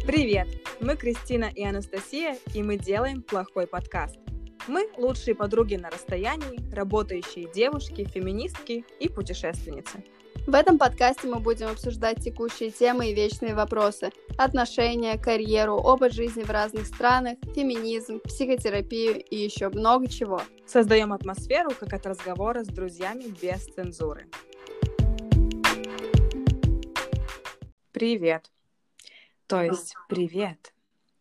Привет! Мы Кристина и Анастасия, и мы делаем плохой подкаст. Мы лучшие подруги на расстоянии, работающие девушки, феминистки и путешественницы. В этом подкасте мы будем обсуждать текущие темы и вечные вопросы: отношения, карьеру, опыт жизни в разных странах, феминизм, психотерапию и еще много чего. Создаем атмосферу, как от разговора с друзьями без цензуры. Привет. То есть, привет.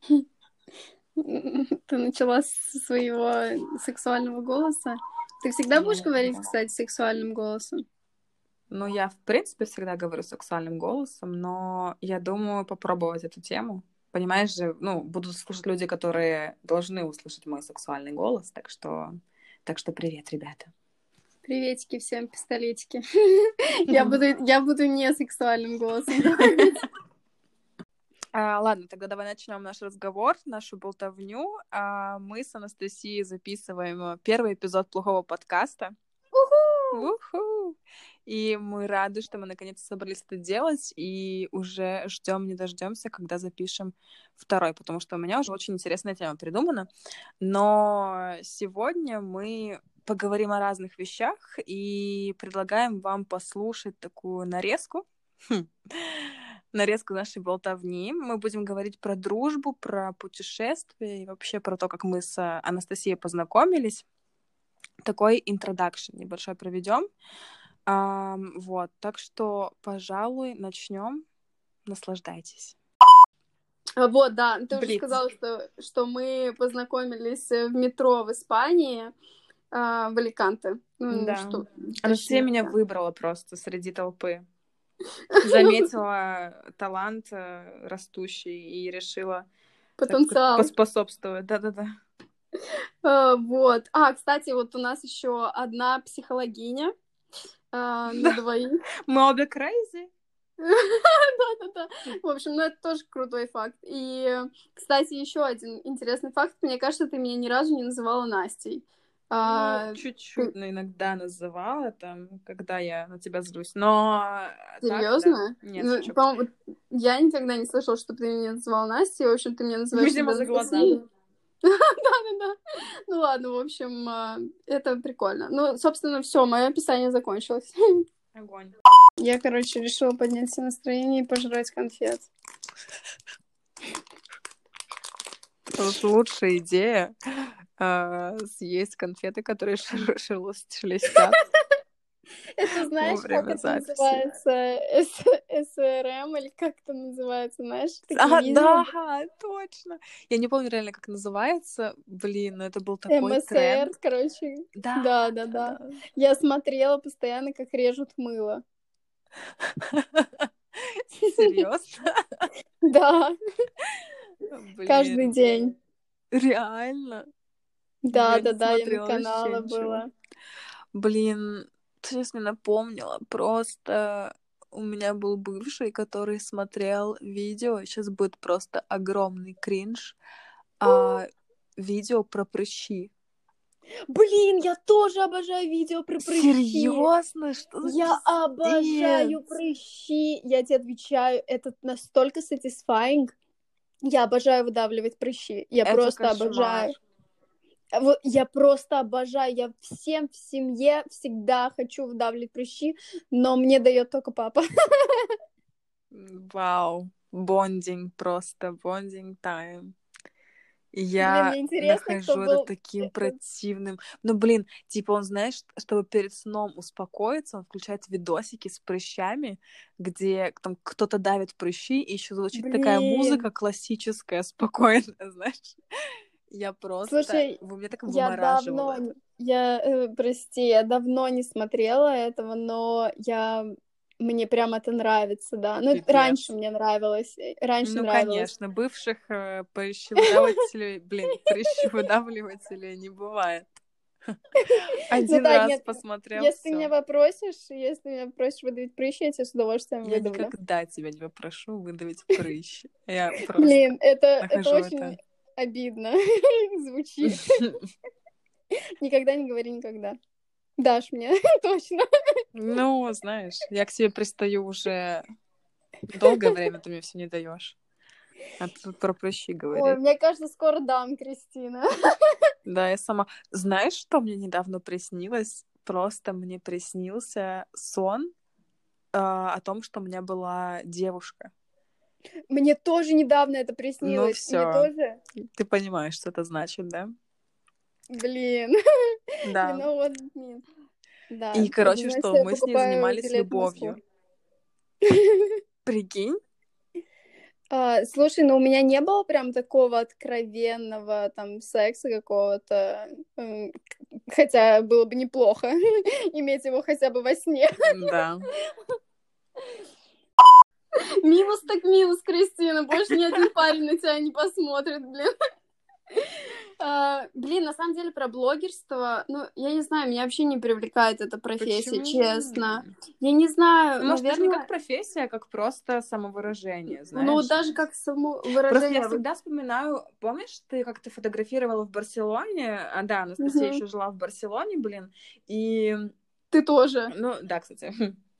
Ты начала со своего сексуального голоса? Ты всегда будешь говорить, кстати, сексуальным голосом? Ну, я, в принципе, всегда говорю сексуальным голосом, но я думаю попробовать эту тему. Понимаешь же, будут слушать люди, которые должны услышать мой сексуальный голос, так что привет, ребята. Приветики всем, пистолетики. Я буду не сексуальным голосом говорить. Ладно, тогда давай начнем наш разговор, нашу болтовню. Мы с Анастасией записываем первый эпизод плохого подкаста. Уху! И мы рады, что мы наконец-то собрались это делать, и уже ждем не дождемся, когда запишем второй, потому что у меня уже очень интересная тема придумана. Но сегодня мы поговорим о разных вещах и предлагаем вам послушать такую нарезку. Нарезку нашей болтовни. Мы будем говорить про дружбу, про путешествия и вообще про то, как мы с Анастасией познакомились. Такой интродакшн небольшой проведем. Вот, так что, пожалуй, начнем. Наслаждайтесь. Вот, да, ты уже сказала, что мы познакомились в метро в Испании, в Аликанте. Да. Анастасия меня выбрала просто среди толпы. Заметила талант растущий и решила поспособствовать. Да-да-да. Вот. Кстати, вот у нас еще одна психологиня на двоих. Мы обе crazy. Да-да-да. В общем, это тоже крутой факт. И, кстати, еще один интересный факт. Мне кажется, ты меня ни разу не называла Настей. Чуть-чуть, но иногда называла, когда я на тебя злюсь. Но... Серьезно? Так, да. Нет, по-моему, я никогда не слышала, что ты меня называла Настей. В общем, ты меня называешь... Видимо, за глаза. Да-да-да. Ну ладно, в общем, это прикольно. Ну, собственно, все, мое описание закончилось. Огонь. Я, решила поднять себе настроение и пожрать конфет. Лучшая идея съесть конфеты, которые шелестят. Это знаешь, как это называется? СРМ или как это называется, знаешь? Да, точно. Я не помню реально, как называется. Блин, но это был такой тренд. МСР, Да. Я смотрела постоянно, как режут мыло. Серьезно? Да. Каждый день. Реально? Да, я на канале была. Блин, ты сейчас мне напомнила. Просто у меня был бывший, который смотрел видео. Сейчас будет просто огромный кринж. Видео про прыщи. Блин, я тоже обожаю видео про прыщи. Серьезно? Что за Я обожаю прыщи. Я тебе отвечаю, это настолько satisfying. Я обожаю выдавливать прыщи. Я просто обожаю. Вот я просто обожаю. Я всем в семье всегда хочу выдавливать прыщи, но мне дает только папа. Вау. Бондинг просто. Бондинг тайм. Я нахожу это таким противным. Он, знаешь, чтобы перед сном успокоиться, он включает видосики с прыщами, где там кто-то давит прыщи, и еще звучит такая музыка классическая, спокойная, знаешь. Я просто... Слушай, вы меня так вымораживала. Я давно не смотрела этого, но мне прям это нравится, да. Ну, раньше мне нравилось. Конечно, бывших прыщевыдавливателей не бывает. Один раз посмотрел, если меня попросишь выдавить прыщи, я тебе с удовольствием выдавлю. Я никогда тебя не попрошу выдавить прыщи. Блин, это очень обидно звучит. Никогда не говори никогда. Дашь мне, точно. Ну, знаешь, я к тебе пристаю уже долгое время, ты мне все не даешь. А ты тут про прыщи Ой, говоришь. мне кажется, скоро дам, Кристина. Да, я сама... Знаешь, что мне недавно приснилось? Просто мне приснился сон о том, что у меня была девушка. Мне тоже недавно это Ну приснилось. Мне все, тоже. ты понимаешь, что это значит, да? Блин. You Да. know what it means. Да, И, это короче, значит, что я мы с ней покупаю занимались билет в Москву. любовью. Прикинь? Слушай, ну у меня не было прям такого откровенного там секса какого-то, хотя было бы неплохо иметь его хотя бы во сне. Да. Минус так минус, Кристина, больше ни один парень на тебя не посмотрит, блин. Блин, на самом деле про блогерство, ну, я не знаю, меня вообще не привлекает эта профессия, Почему? честно. Я не знаю, Ну, может, даже не наверное, как профессия, а как просто самовыражение, ну, вот знаешь? даже как Просто я самовыражение. всегда вспоминаю, помнишь, ты как-то фотографировала в Барселоне? А, да, Анастасия еще жила в Барселоне, блин, и... Ты тоже. Ну, да, кстати.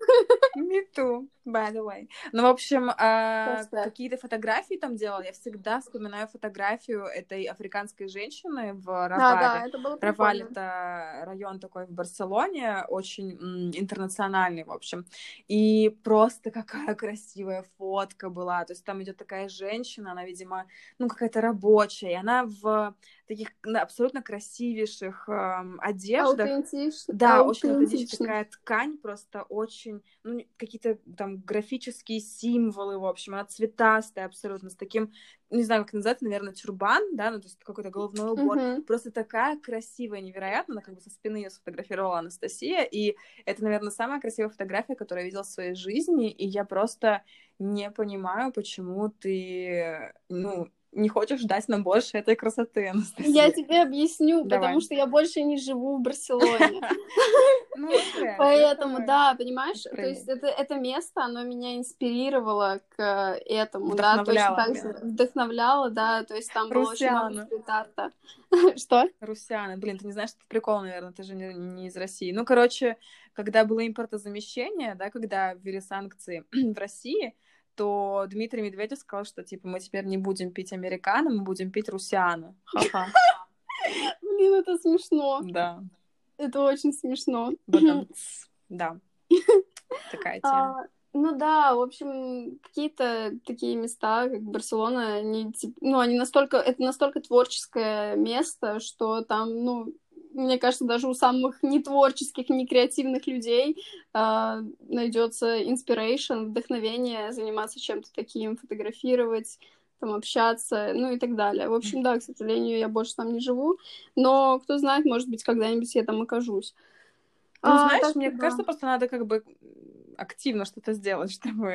Me too, by the way. Ну, в общем, какие-то фотографии там делала. Я всегда вспоминаю фотографию этой африканской женщины в Равале. Да, это было Раваль — прикольно. это район такой в Барселоне, очень интернациональный, в общем. И просто какая красивая фотка была. То есть там идет такая женщина, она, видимо, ну, какая-то рабочая, и она в таких абсолютно красивейших одеждах. Да, очень аутентичная такая ткань, просто очень, ну, какие-то там графические символы, в общем, она цветастая абсолютно, с таким, не знаю, как называется, наверное, тюрбан, да, ну, то есть какой-то головной убор, просто такая красивая, невероятно, она как бы со спины ее сфотографировала Анастасия, и это, наверное, самая красивая фотография, которую я видела в своей жизни, и я просто не понимаю, почему ты, ну, не хочешь дать нам больше этой красоты, Анастасия. Я тебе объясню, потому что я больше не живу в Барселоне. Ну, поэтому, да, понимаешь, то есть это место, оно меня инспирировало к этому, да, точно так же вдохновляло, да, то есть там было очень много стрит-арта. Что? Русяна, блин, ты не знаешь, что это прикол, наверное, ты же не из России. Ну, короче, когда было импортозамещение, да, когда ввели санкции в России, то Дмитрий Медведев сказал, что, типа, мы теперь не будем пить американо, мы будем пить русяна. Ха-ха. Блин, это смешно. Да. Это очень смешно. Да. Такая тема. Ну да, в общем, какие-то такие места, как Барселона, они это настолько творческое место, что там, ну, мне кажется, даже у самых нетворческих, некреативных людей найдется inspiration, вдохновение заниматься чем-то таким, фотографировать, там, общаться, ну и так далее. В общем, да, к сожалению, я больше там не живу, но кто знает, может быть, когда-нибудь я там окажусь. Ну, знаешь, мне кажется, просто надо как бы активно что-то сделать,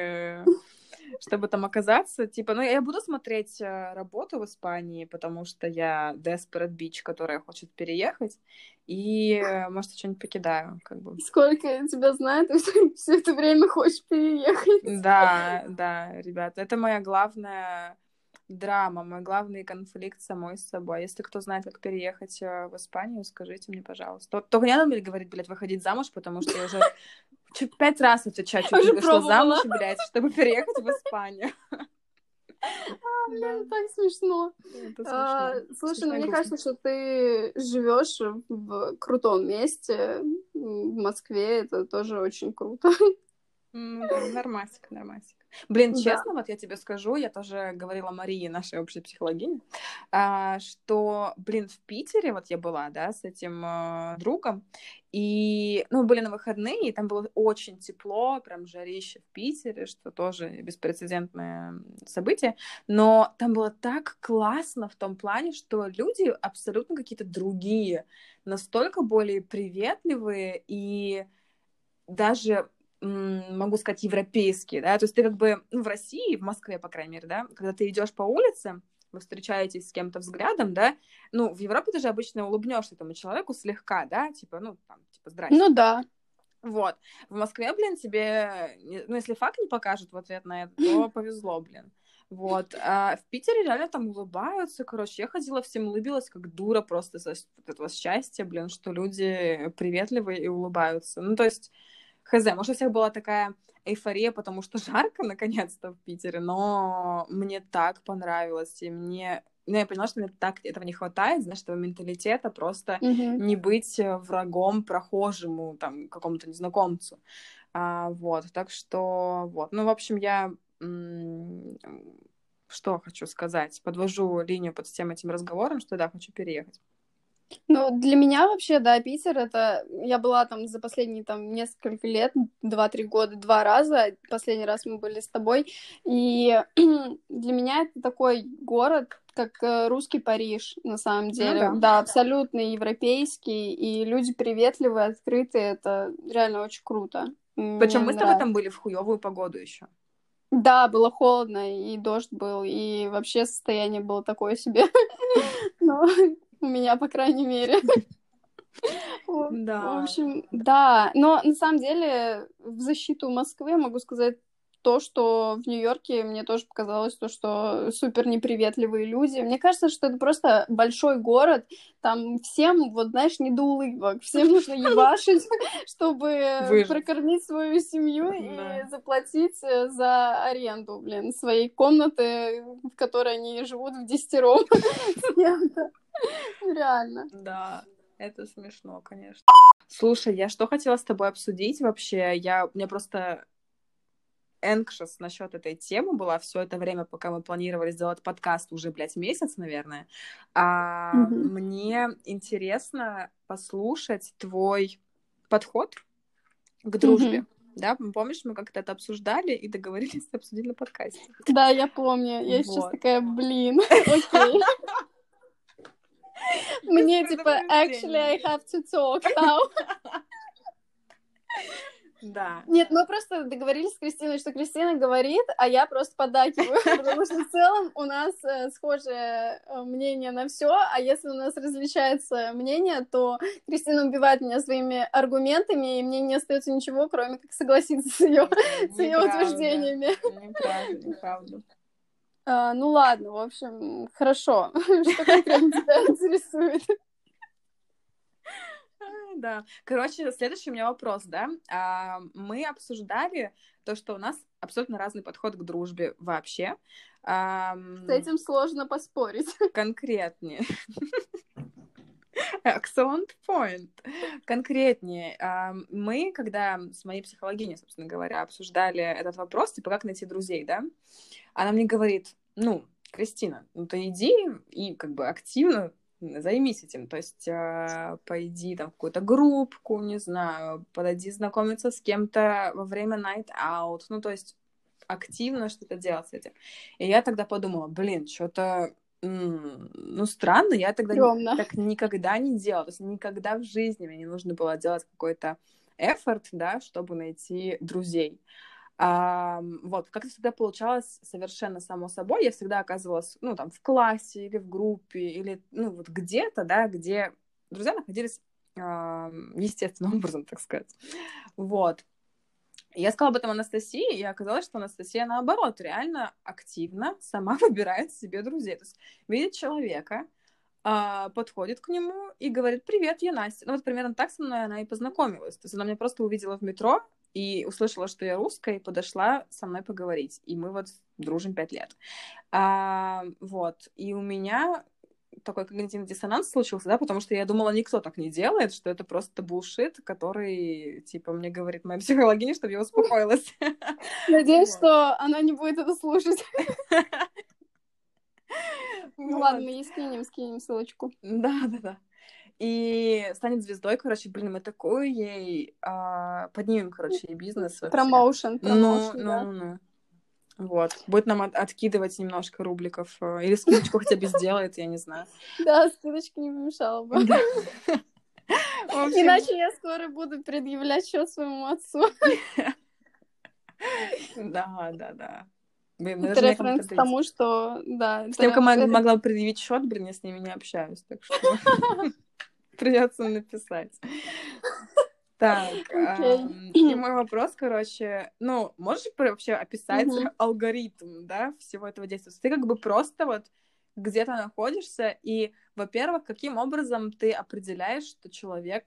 чтобы там оказаться. Типа, ну, я буду смотреть работу в Испании, потому что я desperate bitch, которая хочет переехать, и, может, что-нибудь покидаю, как бы. Сколько тебя знает, и все это время хочешь переехать. Да, ребята, это моя главная драма, мой главный конфликт самой с собой. Если кто знает, как переехать в Испанию, скажите мне, пожалуйста. Только не надо мне говорить, блядь, выходить замуж, потому что я уже 5 раз отвечаю, чуть не вышла замуж, блядь, чтобы переехать в Испанию. Блин, так смешно. Слушай, ну мне кажется, что ты живешь в крутом месте. В Москве это тоже очень круто. Да, нормасик. Блин, честно, вот я тебе скажу, я тоже говорила Марии, нашей общей психологине, что, блин, в Питере вот я была, да, с этим другом, и, ну, были на выходные, и там было очень тепло, прям жарище в Питере, что тоже беспрецедентное событие, но там было так классно в том плане, что люди абсолютно какие-то другие, настолько более приветливые и даже могу сказать, европейские, да, то есть ты как бы, ну, в России, в Москве, по крайней мере, да, когда ты идешь по улице, вы встречаетесь с кем-то взглядом, да, ну, в Европе ты же обычно улыбнешься этому человеку слегка, да, типа, ну, там, типа, здрасте. Ну, да. Вот. В Москве, блин, тебе, ну, если факт не покажут в ответ на это, то повезло, блин. Вот. А в Питере реально там улыбаются, короче. Я ходила, всем улыбилась, как дура просто за этого счастья, блин, что люди приветливые и улыбаются. Ну, то есть хз, может, у всех была такая эйфория, потому что жарко, наконец-то, в Питере, но мне так понравилось, и ну, я поняла, что мне так этого не хватает, знаешь, этого менталитета, просто не быть врагом прохожему, там, какому-то незнакомцу. Вот, так что, вот. Ну, в общем, я что хочу сказать? Подвожу линию под всем этим разговором, что да, хочу переехать. Ну, для меня вообще, да, Питер, это... Я была там за последние там несколько лет, 2-3 года, 2 раза. Последний раз мы были с тобой. И для меня это такой город, как русский Париж, на самом деле. Ну, да. Да, абсолютно европейский, и люди приветливые, открытые. Это реально очень круто. Причем мы с тобой там были в хуёвую погоду еще. Да, было холодно, и дождь был, и вообще состояние было такое себе. Но у меня, по крайней мере. Да. В общем, да. Но на самом деле в защиту Москвы могу сказать то, что в Нью-Йорке мне тоже показалось то, что супер неприветливые люди. Мне кажется, что это просто большой город, там всем, вот знаешь, не до улыбок, всем нужно ебашить, чтобы прокормить свою семью и заплатить за аренду, блин, своей комнаты, в которой они живут в десятером с кем-то. Реально. Да, это смешно, конечно. Слушай, я что хотела с тобой обсудить вообще? У меня просто anxious насчет этой темы была все это время, пока мы планировали сделать подкаст, уже, блядь, месяц, наверное. Мне интересно послушать твой подход к дружбе. Да, помнишь, мы как-то это обсуждали и договорились обсудить на подкасте. Да, я помню. Я сейчас такая, блин, окей. Мне типа, actually, I have to talk now. Да. Нет, мы просто договорились с Кристиной, что Кристина говорит, а я просто поддакиваю, потому что в целом у нас схожее мнение на все, а если у нас различается мнение, то Кристина убивает меня своими аргументами, и мне не остается ничего, кроме как согласиться с ее утверждениями. Неправда. Ну ладно, в общем, хорошо. Что конкретно тебя интересует? Да. Короче, следующий у меня вопрос, да. Мы обсуждали то, что у нас абсолютно разный подход к дружбе вообще. С этим сложно поспорить. Конкретнее. Excellent point. Конкретнее. Мы, когда с моей психологиней, собственно говоря, обсуждали этот вопрос, типа, как найти друзей, да, она мне говорит, ну, Кристина, ну ты иди и как бы активно займись этим, то есть пойди там в какую-то группку, не знаю, подойди знакомиться с кем-то во время night out, ну, то есть активно что-то делать с этим. И я тогда подумала, блин, что-то, ну, странно, я тогда так никогда не делала, то есть никогда в жизни мне не нужно было делать какой-то effort, да, чтобы найти друзей. Вот, как-то всегда получалось совершенно само собой. Я всегда оказывалась, ну, там, в классе или в группе, или, ну, вот где-то, да, где друзья находились естественным образом, так сказать. Вот. Я сказала об этом Анастасии, и оказалось, что Анастасия, наоборот, реально активно сама выбирает себе друзей. То есть видит человека, подходит к нему и говорит: «Привет, я Настя». Ну, вот примерно так со мной она и познакомилась. То есть она меня просто увидела в метро и услышала, что я русская, и подошла со мной поговорить. И мы вот дружим 5 лет. Вот. И у меня такой когнитивный диссонанс случился, да, потому что я думала, никто так не делает, что это просто булшит, который, типа, мне говорит моя психологиня, чтобы я успокоилась. Надеюсь, что она не будет это слушать. Ну ладно, мы ей скинем ссылочку. Да. И станет звездой, короче, блин, мы такую ей поднимем, короче, ей бизнес вообще. Промоушен, да. Ну. Вот. Будет нам откидывать немножко рубликов. Или скидочку хотя бы сделает, я не знаю. Да, скидочка не помешала бы. Да. Иначе я скоро буду предъявлять счет своему отцу. Да. Блин, это референс к тому, что... Да, с тем, кому я могла предъявить счет, блин, я с ними не общаюсь, так что придется написать. Так, и мой вопрос, короче, ну, можешь вообще описать алгоритм, да, всего этого действия? Ты как бы просто вот где-то находишься, и, во-первых, каким образом ты определяешь, что человек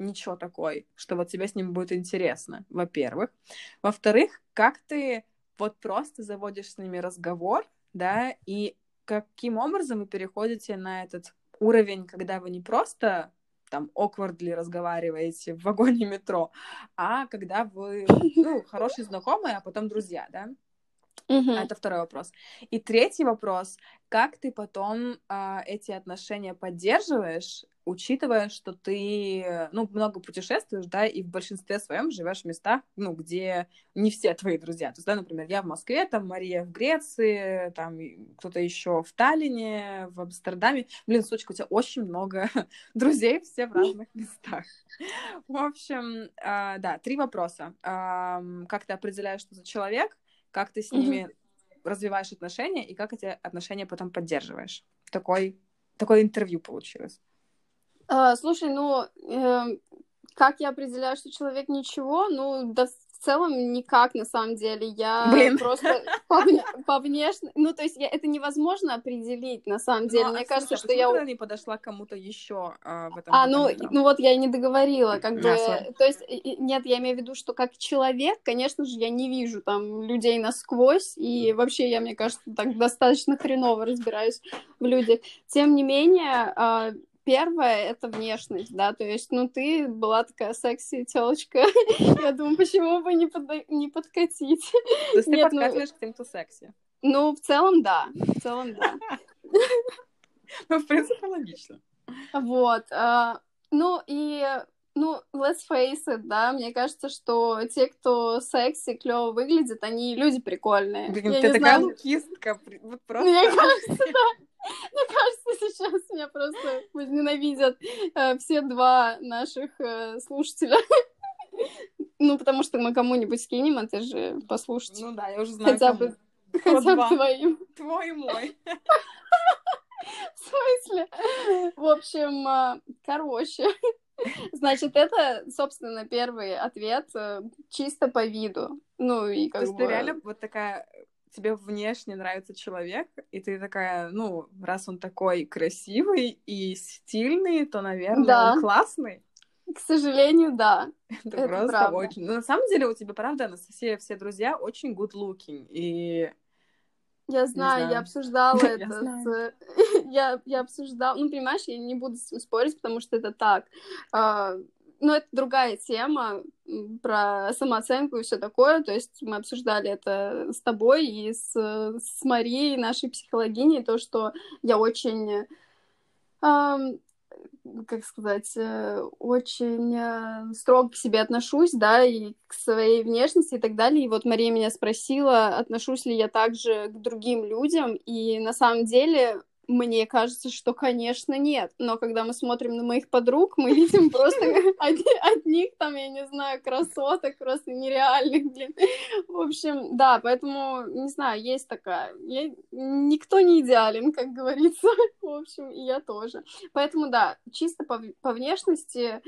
ничего такой, что вот тебе с ним будет интересно, во-первых. Во-вторых, как ты вот просто заводишь с ними разговор, да, и каким образом вы переходите на этот уровень, когда вы не просто там awkwardly разговариваете в вагоне метро, а когда вы, ну, хорошие знакомые, а потом друзья, да? Это второй вопрос. И третий вопрос, как ты потом эти отношения поддерживаешь, учитывая, что ты, ну, много путешествуешь, да, и в большинстве своем живешь в местах, ну, где не все твои друзья. То есть, да, например, я в Москве, там Мария в Греции, там кто-то еще в Таллине, в Амстердаме. Блин, сучка, у тебя очень много друзей, все в разных местах. В общем, да, 3 вопроса. Как ты определяешь, что за человек? Как ты с ними развиваешь отношения, и как эти отношения потом поддерживаешь. Такое интервью получилось. Слушай, ну, как я определяю, что человек ничего? Ну, да в целом никак, на самом деле. Я просто по внешности... Ну, то есть это невозможно определить, на самом деле. Мне кажется, что я... Почему ты не подошла к кому-то еще в этом ну вот я и не договорила, как бы... То есть, нет, я имею в виду, что как человек, конечно же, я не вижу там людей насквозь, и вообще я, мне кажется, так достаточно хреново разбираюсь в людях. Тем не менее... Первое — это внешность, да, то есть, ну, ты была такая секси-тёлочка, я думаю, почему бы не подкатить? То есть ты подкатываешь к тем, кто секси? Ну, в целом, да, Ну, в принципе, логично. Вот, ну, let's face it, да, мне кажется, что те, кто секси, клёво выглядит, они люди прикольные. Блин, ты такая лукистка, просто... Мне кажется, да. Мне кажется, сейчас меня просто возненавидят все 2 наших слушателя. Ну, потому что мы кому-нибудь скинем, а ты же послушать. Ну да, я уже знаю, хотя бы твоим. Твой и мой. В смысле? В общем, короче. Значит, это, собственно, первый ответ чисто по виду. Ну, и как бы... То есть ты реально вот такая... Тебе внешне нравится человек, и ты такая, ну, раз он такой красивый и стильный, то, наверное, он классный. К сожалению, да. Это просто правда. Очень... Но на самом деле у тебя, правда, Анастасия, все друзья очень good looking, и... Я знаю, я обсуждала это. Я обсуждала... Ну, понимаешь, я не буду с этим спорить, потому что это так. Ну, это другая тема про самооценку и все такое. То есть мы обсуждали это с тобой и с Марией, нашей психологиней, то, что я очень... как сказать, очень строго к себе отношусь, да, и к своей внешности и так далее. И вот Мария меня спросила, отношусь ли я также к другим людям, и на самом деле мне кажется, что, конечно, нет. Но когда мы смотрим на моих подруг, мы видим просто одних там, я не знаю, красоток, просто нереальных, блин. В общем, да, поэтому, не знаю, есть такая. Никто не идеален, как говорится. В общем, и я тоже. Поэтому, да, чисто по внешности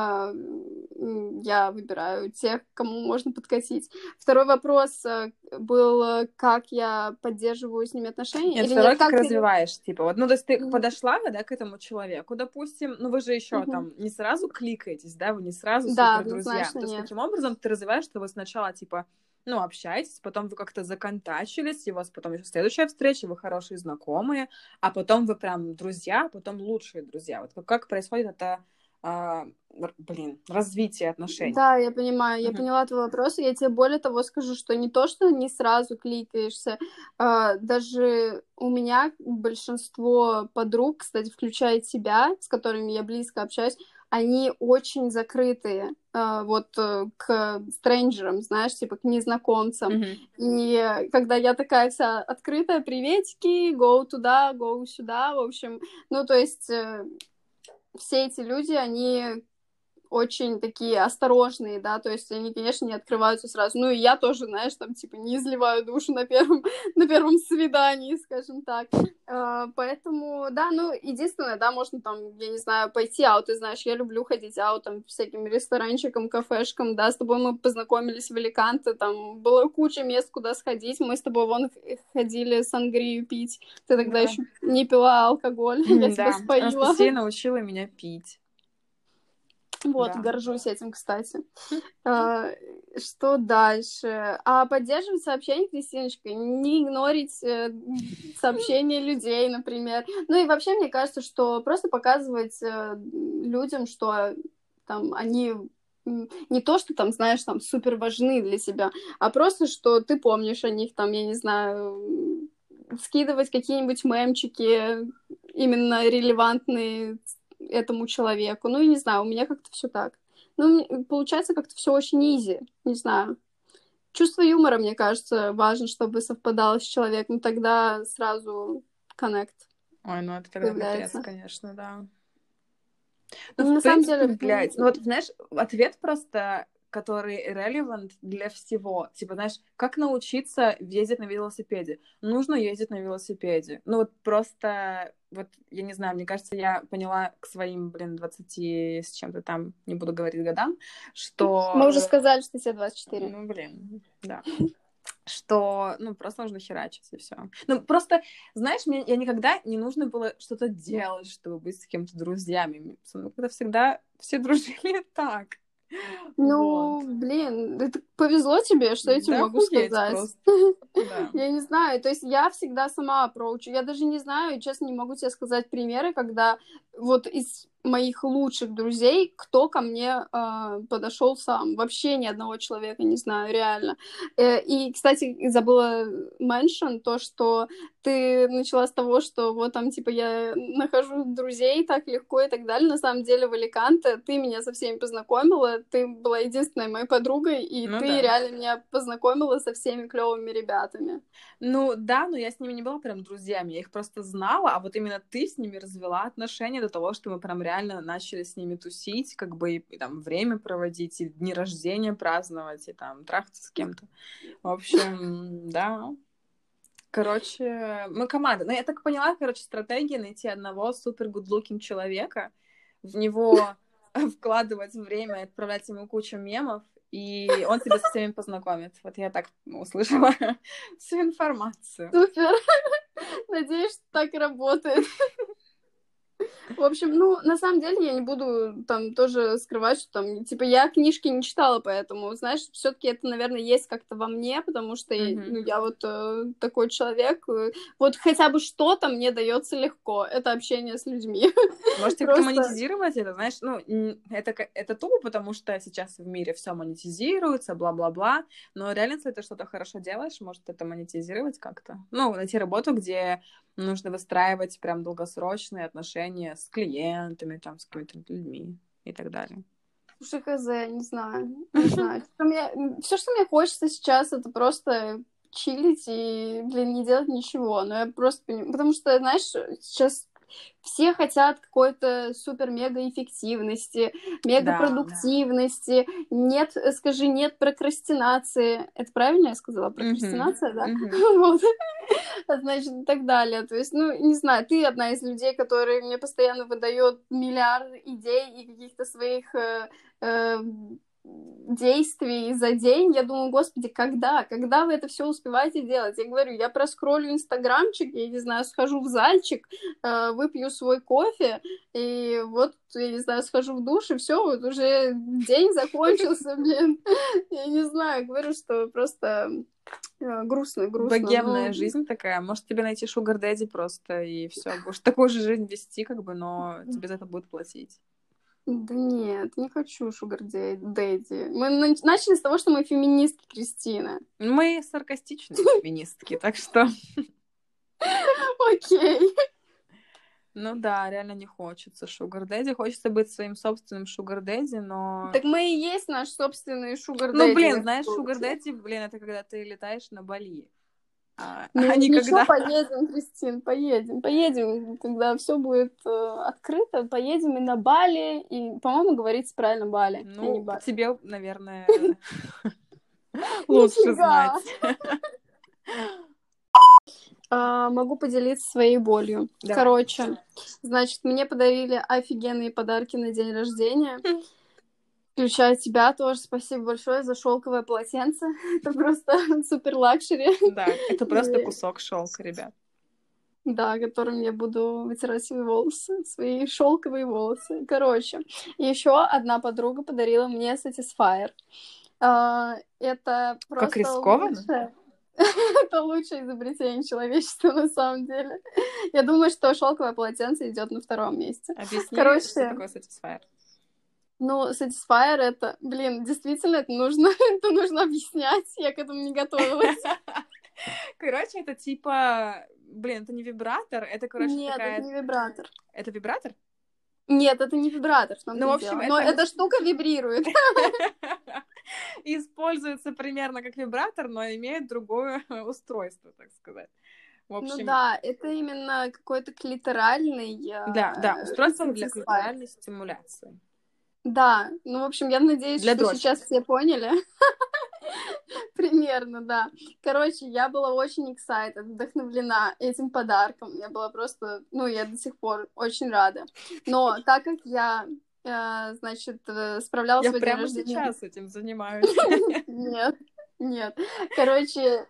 я выбираю тех, кому можно подкатить. Второй вопрос был, как я поддерживаю с ними отношения. Нет, второй, как развиваешь, типа, вот, ну, то есть ты подошла, да, к этому человеку, допустим, ну, вы же еще там не сразу кликаетесь, да, вы не сразу супер друзья. То есть каким образом ты развиваешь, что вы сначала, типа, ну, общаетесь, потом вы как-то законтачились, и у вас потом еще следующая встреча, вы хорошие знакомые, а потом вы прям друзья, а потом лучшие друзья. Вот как происходит это... развитие отношений. Да, я понимаю, я поняла твой вопрос, и я тебе более того скажу, что не то, что не сразу кликаешься, даже у меня большинство подруг, кстати, включая тебя, с которыми я близко общаюсь, они очень закрытые вот к стрэнджерам, знаешь, типа к незнакомцам. И когда я такая вся открытая, приветики, go туда, go сюда, в общем, ну, то есть все эти люди, они очень такие осторожные, да, то есть они, конечно, не открываются сразу. Ну, и я тоже, знаешь, там, типа, не изливаю душу на первом свидании, скажем так. Поэтому, да, ну, единственное, да, можно там, я не знаю, пойти аут, ты знаешь, я люблю ходить аут, там, всяким ресторанчикам, кафешкам, да, с тобой мы познакомились в Аликанте, там, было куча мест, куда сходить, мы с тобой вон ходили сангрию пить, ты тогда еще не пила алкоголь, я тебя споила. Анастасия научила меня пить. Вот, Да. горжусь этим, кстати. Что дальше? Поддерживать сообщения, Кристиночка, не игнорить сообщения людей, например. Ну и вообще, мне кажется, что просто показывать людям, что там они не то, что там, знаешь, там супер важны для тебя, а просто, что ты помнишь о них, там, я не знаю, скидывать какие-нибудь мемчики именно релевантные этому человеку. Ну, и не знаю, у меня как-то все так. Ну, получается как-то все очень изи, не знаю. Чувство юмора, мне кажется, важно, чтобы совпадало с человеком, тогда сразу коннект Ой, ну это тогда капец, появляется. конечно, да. Ну, Ну, в на самом принципе, деле, блядь, ну вот, знаешь, ответ просто, который relevant для всего. Типа, знаешь, как научиться ездить на велосипеде? Нужно ездить на велосипеде. Ну вот просто, вот, я не знаю, мне кажется, я поняла к своим, 20 с чем-то там, не буду говорить годам, что... Мы уже сказали, что тебе 24. Ну, да. Что, просто нужно херачить, и все. Ну, просто, знаешь, я никогда не нужно было что-то делать, чтобы быть с кем-то друзьями. Со мной когда всегда все дружили так. Ну, Вот. блин, это повезло тебе, что я тебе Да, могу охуеть сказать. просто. Да. Я не знаю, то есть я всегда сама апроучу. Я даже не знаю, честно, не могу тебе сказать примеры, когда вот из моих лучших друзей кто ко мне подошел сам. Вообще ни одного человека не знаю, реально. И, кстати, забыла меншн то, что ты начала с того, что вот там, типа, я нахожу друзей так легко и так далее. На самом деле в Аликанте ты меня со всеми познакомила, ты была единственной моей подругой, и Ну, ты да. реально меня познакомила со всеми клевыми ребятами. Ну, да, но я с ними не была прям друзьями, я их просто знала, а вот именно ты с ними развела отношения до того, что мы прям реально начали с ними тусить, как бы и там время проводить, и дни рождения праздновать, и там трахаться с кем-то. В общем, да. Короче, мы команда. Но я так поняла, стратегия найти одного супер good-looking человека, в него вкладывать время, отправлять ему кучу мемов, и он тебя со всеми познакомит. Вот я так услышала всю информацию. Супер! Надеюсь, что так и работает. В общем, ну, на самом деле, я не буду там тоже скрывать, что там, типа, я книжки не читала, поэтому, знаешь, все-таки это, наверное, есть как-то во мне, потому что я вот такой человек. Вот хотя бы что-то мне дается легко. Это общение с людьми. Можете как-то монетизировать это, знаешь, это тупо, потому что сейчас в мире все монетизируется, бла-бла-бла, но реально, если ты что-то хорошо делаешь, может это монетизировать как-то. Ну, найти работу, где нужно выстраивать прям долгосрочные отношения с клиентами, там, с какими-то людьми и так далее. Слушай, хз, не знаю. Все, что мне хочется сейчас, это просто чилить и, не делать ничего. Но я просто понимаю, потому что, знаешь, сейчас все хотят какой-то супер-мега-эффективности, мега-продуктивности. Нет, скажи, нет прокрастинации. Это правильно я сказала? Прокрастинация, да? Вот. Значит, и так далее. То есть, ну, не знаю, ты одна из людей, которые мне постоянно выдает миллиард идей и каких-то своих действий за день. Я думаю, господи, когда вы это все успеваете делать? Я говорю, я проскроллю инстаграмчик, я не знаю, схожу в зальчик, выпью свой кофе, и вот, я не знаю, схожу в душ, и все, вот уже день закончился, блин. Я не знаю, говорю, что просто грустно. Богемная жизнь такая. Может, тебе найти шугар дэдди просто, и все. Будешь такую же жизнь вести, как бы, но тебе за это будут платить. Да нет, не хочу шугар дэдди. Мы начали с того, что мы феминистки, Кристина. Мы саркастичные феминистки, так что... Окей. Ну да, реально не хочется шугар дэдди. Хочется быть своим собственным шугар дэдди, но... Так мы и есть наш собственный шугар дэдди. Ну, блин, знаешь, шугар дэдди, это когда ты летаешь на Бали. Ну, никогда... ничего, поедем, Кристин, поедем, когда все будет открыто, поедем и на Бали, и, по-моему, говорится правильно Бали, а не Бали. Тебе, наверное, лучше знать. Могу поделиться своей болью. Давай. Короче, значит, мне подарили офигенные подарки на день рождения. Включая тебя тоже. Спасибо большое за шелковое полотенце. Это просто супер лакшери. Да, это просто кусок шелка, ребят. Да, которым я буду вытирать свои волосы, свои шелковые волосы. Короче, еще одна подруга подарила мне Satisfyer. Это Как просто рискованно. лучшее. Это лучшее изобретение человечества на самом деле. Я думаю, что шелковое полотенце идет на втором месте. Объясни, Короче, что такое Satisfyer. Ну, Satisfyer это, действительно, это нужно объяснять. Я к этому не готовилась. Короче, это типа... это не вибратор, это, короче, Нет, такая... это не вибратор. Это вибратор? Нет, это не вибратор, в том-то в общем, дело. Но эта штука вибрирует. Используется примерно как вибратор, но имеет другое устройство, так сказать. В общем... Ну да, это именно какой-то клиторальный... Да, устройство для клиторальной стимуляции. Да, в общем, я надеюсь, что сейчас все поняли. Примерно, да. Короче, я была очень excited, вдохновлена этим подарком. Я была просто, я до сих пор очень рада. Но так как я, справляла свой день рождения... Я прямо сейчас этим занимаюсь. Нет. Короче,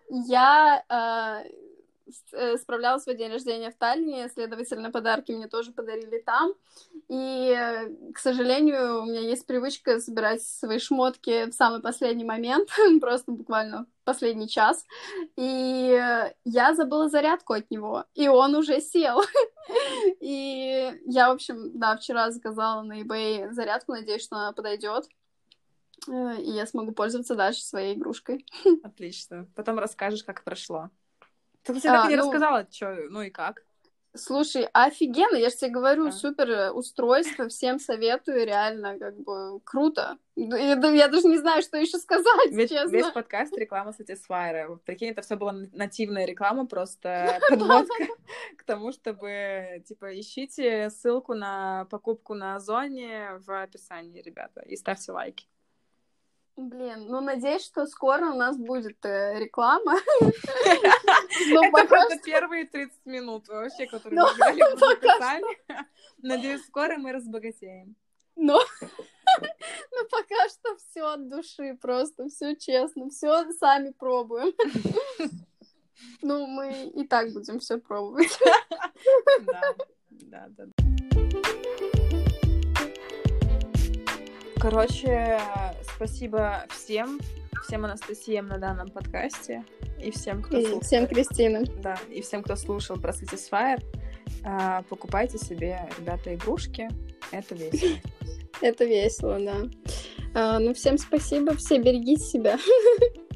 я справляла свой день рождения в Таллине, следовательно, подарки мне тоже подарили там. И, к сожалению, у меня есть привычка собирать свои шмотки в самый последний момент, просто буквально в последний час. И я забыла зарядку от него, и он уже сел. И я, в общем, вчера заказала на eBay зарядку, надеюсь, что она подойдет. И я смогу пользоваться дальше своей игрушкой. Отлично. Потом расскажешь, как прошло. Ты так и не рассказала, что, и как. Слушай, офигенно, я же тебе говорю, супер устройство, всем советую, реально, круто. Я даже не знаю, что еще сказать, честно. Весь подкаст реклама Satisfyer. Прикинь, это все была нативная реклама, просто подводка к тому, чтобы, ищите ссылку на покупку на Озоне в описании, ребята, и ставьте лайки. Блин, надеюсь, что скоро у нас будет реклама. Это просто первые 30 минут вообще, которые мы говорили в описании. Надеюсь, скоро мы разбогатеем. Но пока что все от души, просто все честно, все сами пробуем. Мы и так будем все пробовать. Да. Короче, спасибо всем Анастасиям на данном подкасте и всем, кто слушал. Всем Кристина. Да, и всем, кто слушал про Satisfyer. Покупайте себе, ребята, игрушки. Это весело. Это весело, да. Всем спасибо, все берегите себя.